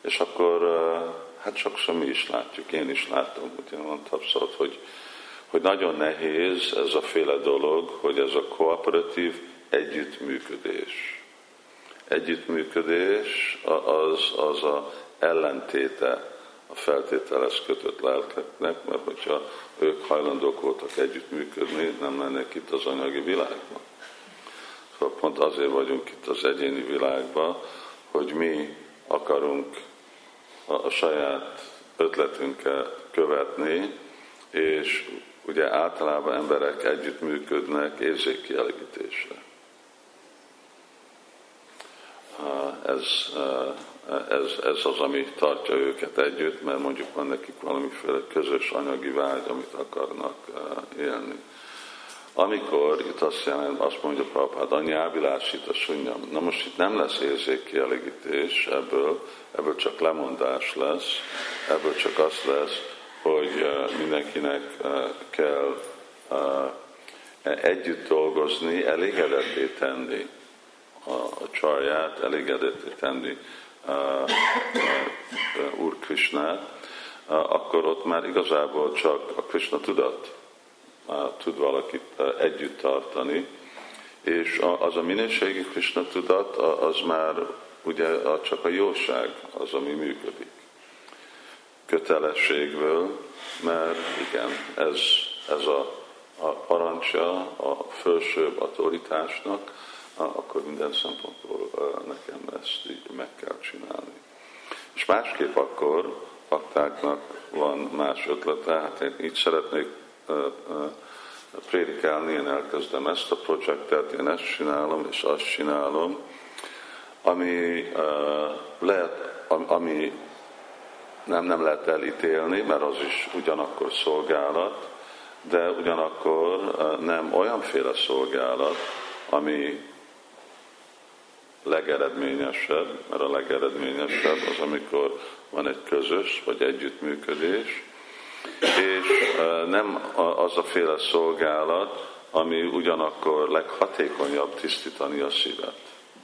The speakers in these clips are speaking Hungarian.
És akkor hát sokszor mi is látjuk, én is látom, ugye mondtam szót, hogy nagyon nehéz ez a féle dolog, hogy ez a kooperatív együttműködés. Együttműködés az a ellentéte a feltételez kötött lelkeknek, mert hogyha ők hajlandók voltak együttműködni, nem lennék itt az anyagi világban. Szóval pont azért vagyunk itt az egyéni világban, hogy mi akarunk a saját ötletünket követni, és ugye általában emberek együttműködnek érzékkielégítésre. Ez az, ami tartja őket együtt, mert mondjuk van nekik valamiféle közös anyagi vágy, amit akarnak élni. Amikor itt azt mondja Prabhupád, anyábilásít sunyam. Na most itt nem lesz érzékkielégítés ebből csak lemondás lesz, ebből csak az lesz, hogy mindenkinek kell együtt dolgozni, elégedetté tenni a csarját, elégedetté tenni Úr Krisnát, akkor ott már igazából csak a Krisna tudat tud valakit együtt tartani, és az a minőségi Krisna tudat, az már ugye csak a jóság az, ami működik. Kötelességből, mert igen, ez a parancsa a felsőbb autoritásnak, akkor minden szempontból nekem ezt így meg kell csinálni. És másképp akkor baktáknak van más ötlete, hát én így szeretnék prédikálni, én elkezdem ezt a projektet, én ezt csinálom, és azt csinálom, ami nem lehet elítélni, mert az is ugyanakkor szolgálat, de ugyanakkor nem olyanféle szolgálat, ami legeredményesebb, mert a legeredményesebb az, amikor van egy közös vagy együttműködés, és nem az a féle szolgálat, ami ugyanakkor leghatékonyabb tisztítani a szívet.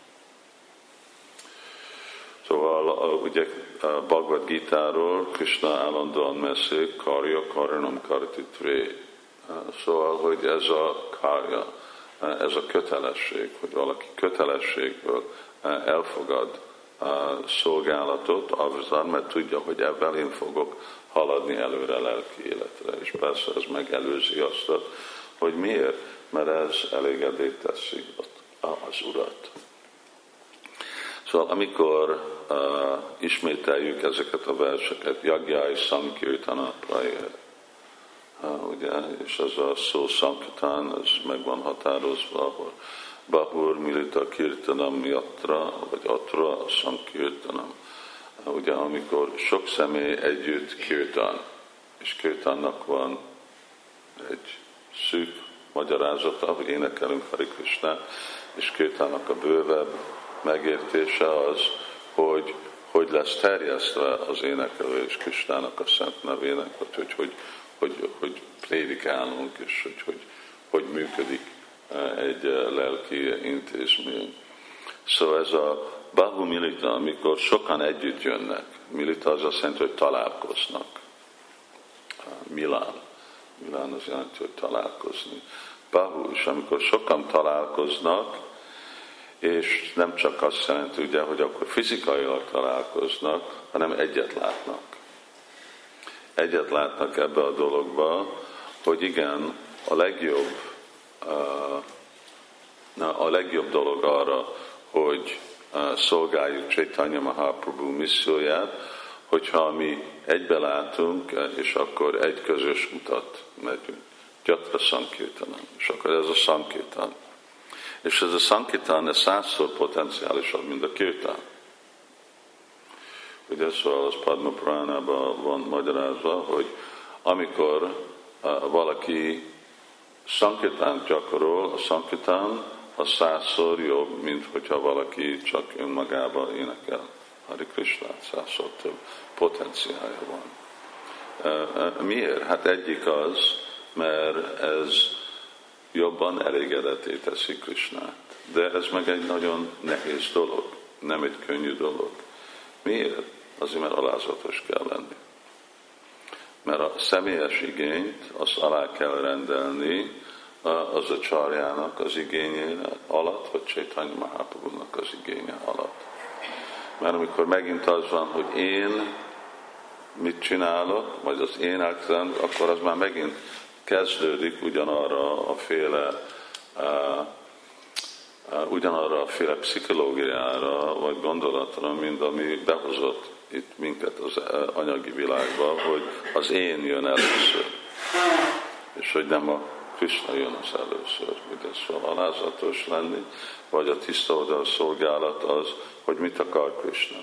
Szóval ugye Bhagavad Gita-ról Krishna állandóan beszél, karya karanam karti tré. Szóval, hogy ez a karja, ez a kötelesség, hogy valaki kötelességből elfogad szolgálatot, avzan, mert tudja, hogy ebben én fogok haladni előre lelki életre. És persze ez megelőzi azt, hogy miért, mert ez elégedé teszi az Urat. Szóval amikor ismételjük ezeket a verseket, Jagjai Sankirtana Prayer, ugye, és ez a szó Sankirtan, ez meg van határozva, hogy Bahur Milita Kirtanam Yatra, vagy Atra Sankirtanam. Ugye, amikor sok személy együtt kirtan, és kirtannak van egy szűk magyarázata, hogy énekelünk Hari Krishnát, és kirtannak a bővebb megértése az, hogy lesz terjesztve az énekelő és Krisnának a szent nevének, hogy prédikálunk, és hogy működik egy lelki intézmény. Szóval ez a Bahu Milita, amikor sokan együtt jönnek, Milita az azt jelenti, hogy találkoznak. Milán az jelenti, hogy találkozni. Bahu is, amikor sokan találkoznak, és nem csak azt jelenti, ugye, hogy akkor fizikailag találkoznak, hanem egyet látnak. Egyet látnak ebbe a dologba, hogy igen, a legjobb dolog arra, hogy szolgáljuk Chaitanya Mahaprabhu misszióját, hogyha mi egybe látunk, és akkor egy közös utat megyünk. Gyatra Sankirtanam. És akkor ez a Sankirtan. És ez a Sankirtan, ez 100-szor potenciálisabb, mint a kirtán. Ugye szóval az Padma Puránában van magyarázva, hogy amikor valaki Sankirtánt gyakorol, a Sankirtán az 100-szor jobb, mint hogyha valaki csak önmagában énekel. Hari Krishnát 100-szor több potenciálja van. Miért? Hát egyik az, mert ez jobban elégedetté teszi Krishnát. De ez meg egy nagyon nehéz dolog, nem egy könnyű dolog. Miért? azért mert alázatos kell lenni. Mert a személyes igényt azt alá kell rendelni az a csarjának az igénye alatt, vagy Chaitanya Mahaprabhunak az igénye alatt. Mert amikor megint az van, hogy én mit csinálok, vagy az én akción, akkor az már megint kezdődik ugyanarra a féle pszichológiára, vagy gondolatra, mint ami behozott itt minket az anyagi világba, hogy az én jön először, és hogy nem a Krishna jön az először, hogy ez szóval alázatos lenni, vagy a tiszta oldal szolgálat az, hogy mit akar Krishna.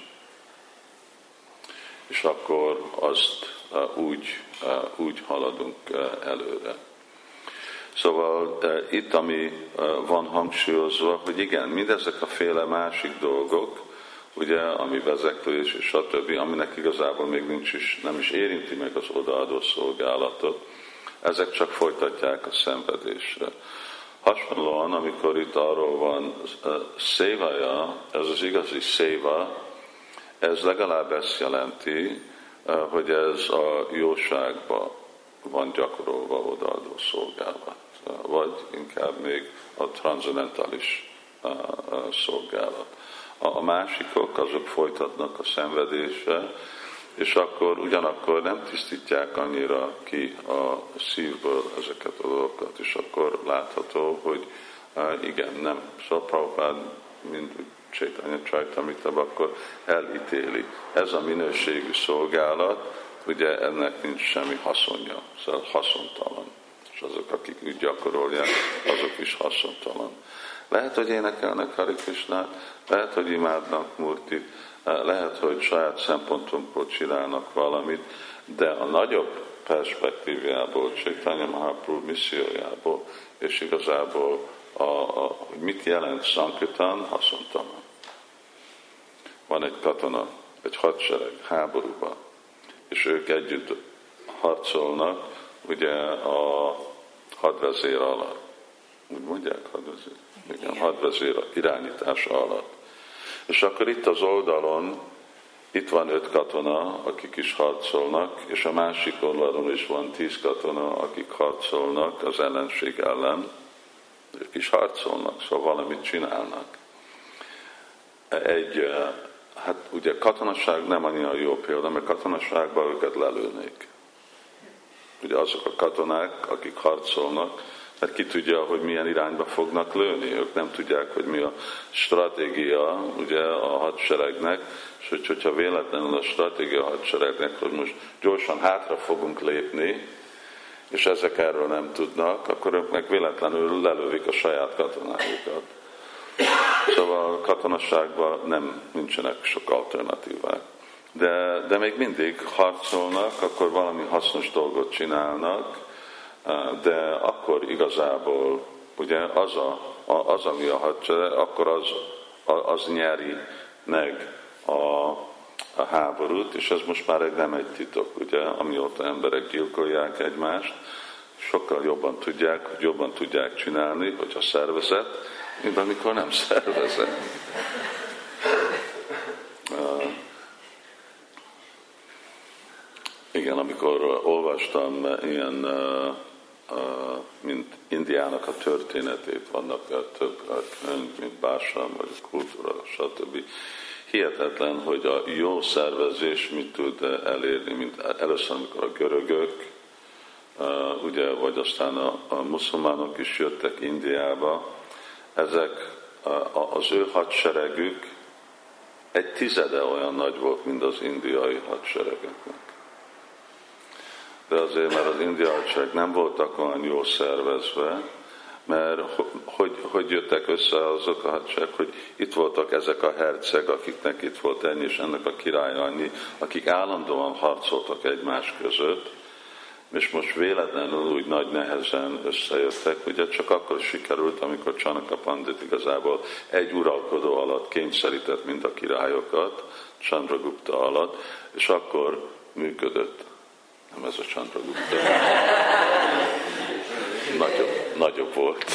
És akkor azt úgy haladunk előre. Szóval itt, ami van hangsúlyozva, hogy igen, mindezek a féle másik dolgok, ugye, ami vezeklés és stb., aminek igazából még nem is érinti meg az odaadó szolgálatot, ezek csak folytatják a szenvedésre. Hasonlóan, amikor itt arról van szévaja, ez az igazi széva, ez legalább ezt jelenti, hogy ez a jóságban van gyakorolva odaadó szolgálat, vagy inkább még a transzendentális szolgálat. A másikok azok folytatnak a szenvedésre, és akkor ugyanakkor nem tisztítják annyira ki a szívből ezeket a dolgokat, és akkor látható, hogy igen, nem. Szóval Prabhupád, mint Chaitanya Charitamrita, akkor elítéli. Ez a minőségű szolgálat, ugye ennek nincs semmi haszonja, szóval haszontalan. És azok, akik úgy gyakorolják, azok is haszontalan. Lehet, hogy énekelnek Hare Krishnát, lehet, hogy imádnak Murtit, lehet, hogy saját szempontunkból csinálnak valamit, de a nagyobb perspektívából, Chaitanya Mahaprabhu missziójából, és igazából hogy mit jelent Sankirtan, haszontalan. Van egy katona, egy hadsereg háborúban, és ők együtt harcolnak, ugye a hadvezér alatt. Úgy mondják, hadvezér? Igen, hadvezér irányítása alatt. És akkor itt az oldalon, itt van 5 katona, akik is harcolnak, és a másik oldalon is van 10 katona, akik harcolnak az ellenség ellen. Ők is harcolnak, szóval valamit csinálnak. Hát ugye katonaság nem annyira jó példa, mert katonaságban őket lelőnék. Ugye azok a katonák, akik harcolnak, mert ki tudja, hogy milyen irányba fognak lőni. Ők nem tudják, hogy mi a stratégia ugye, a hadseregnek, és hogyha véletlenül a stratégia a hadseregnek, hogy most gyorsan hátra fogunk lépni, és ezek erről nem tudnak, akkor ők meg véletlenül lelövik a saját katonájukat. Szóval a katonaságban nincsenek sok alternatívák. De még mindig harcolnak, akkor valami hasznos dolgot csinálnak, de akkor igazából ugye az ami a hadsereg, akkor az nyeri meg a háborút, és ez most már nem egy titok, ugye, amióta emberek gyilkolják egymást, sokkal jobban tudják csinálni, hogyha szervezet, mint amikor nem szervezet. Igen, amikor olvastam ilyen, mint Indiának a történetét, vannak több könyv, mint Básam, vagy a kultúra, stb. Hihetetlen, hogy a jó szervezés mit tud elérni, mint először, amikor a görögök, ugye, vagy aztán a muszlimánok is jöttek Indiába, ezek az ő hadseregük 1/10 olyan nagy volt, mint az indiai hadseregeknek. De azért, mert az indiai hadsereg nem voltak olyan jól szervezve, mert hogy jöttek össze azok a hadsereg, hogy itt voltak ezek a herceg, akiknek itt volt ennyi, és ennek a király annyi, akik állandóan harcoltak egymás között, és most véletlenül úgy nagy nehezen összejöttek, ugye csak akkor sikerült, amikor Csanaka Pandit igazából egy uralkodó alatt kényszerített mind a királyokat, Chandragupta alatt, és akkor működött. Nem ez a Chandragupta. Nagyobb volt.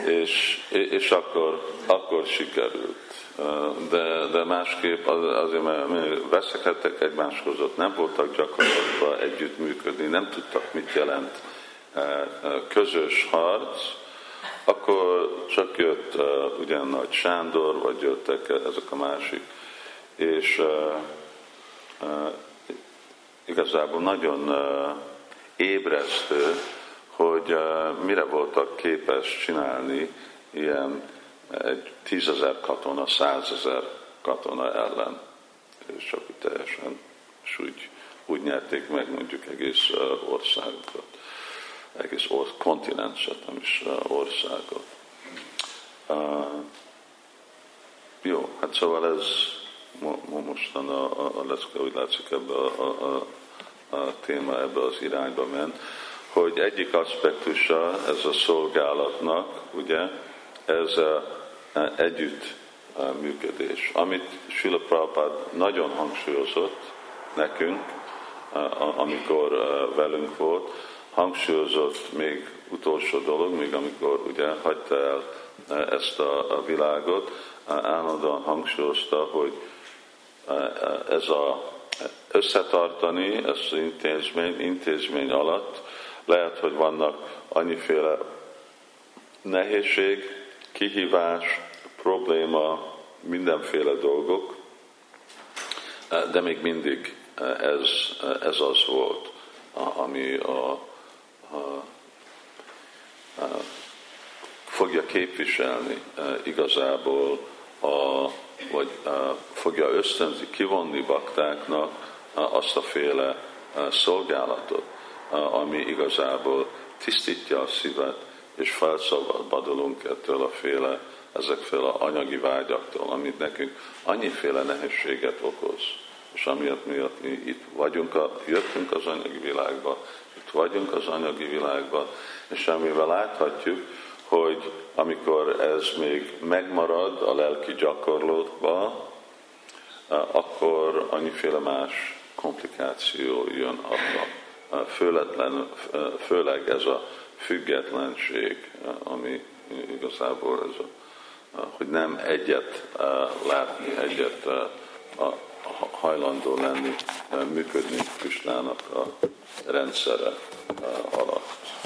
és akkor sikerült. De másképp azért, mert veszekedtek egymás között, nem voltak gyakorlatban együttműködni, nem tudtak, mit jelent közös harc, akkor csak jött ugyan Nagy Sándor, vagy jöttek ezek a másik, és igazából nagyon ébresztő, hogy mire voltak képes csinálni ilyen egy 10 000 katona, 100 000 katona ellen. És csak teljesen, és úgy nyerték meg mondjuk egész országokat, egész kontinenset, nem is országot. Jó, hát szóval ez mostan a lecke, úgy látszik ebbe a téma ebbe az irányba ment, hogy egyik aspektusa ez a szolgálatnak, ugye, ez együttműködés, amit Srila Prabhupád nagyon hangsúlyozott nekünk, amikor velünk volt, hangsúlyozott még utolsó dolog, még amikor ugye hagyta el ezt a világot, állandóan hangsúlyozta, hogy ez a összetartani ezt az intézmény alatt lehet, hogy vannak annyiféle nehézség, kihívás, probléma, mindenféle dolgok, de még mindig ez az volt, ami fogja képviselni igazából, vagy fogja ösztönzi, kivonni baktáknak azt a féle szolgálatot, ami igazából tisztítja a szívet, és felszabadulunk ettől ezekféle anyagi vágyaktól, amit nekünk annyiféle nehézséget okoz. És amiatt mi itt vagyunk, jöttünk az anyagi világba, itt vagyunk az anyagi világba, és amivel láthatjuk, hogy amikor ez még megmarad a lelki gyakorlatban, akkor annyiféle más komplikáció jön abba. Főleg ez a függetlenség, ami igazából ez hogy nem egyet látni, egyet hajlandó lenni, működni Krisnának a rendszere alatt.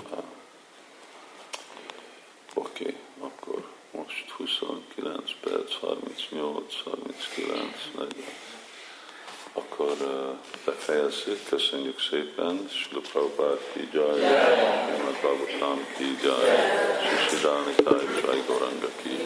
Oké, akkor most 29 perc, 38, 39, 40. Akkor befejezzük, köszönjük szépen, Srila Prabhupád ki jaj, Srimad Bhagavatam ki jaj, Sri Siddharnika Jai Gauranga ki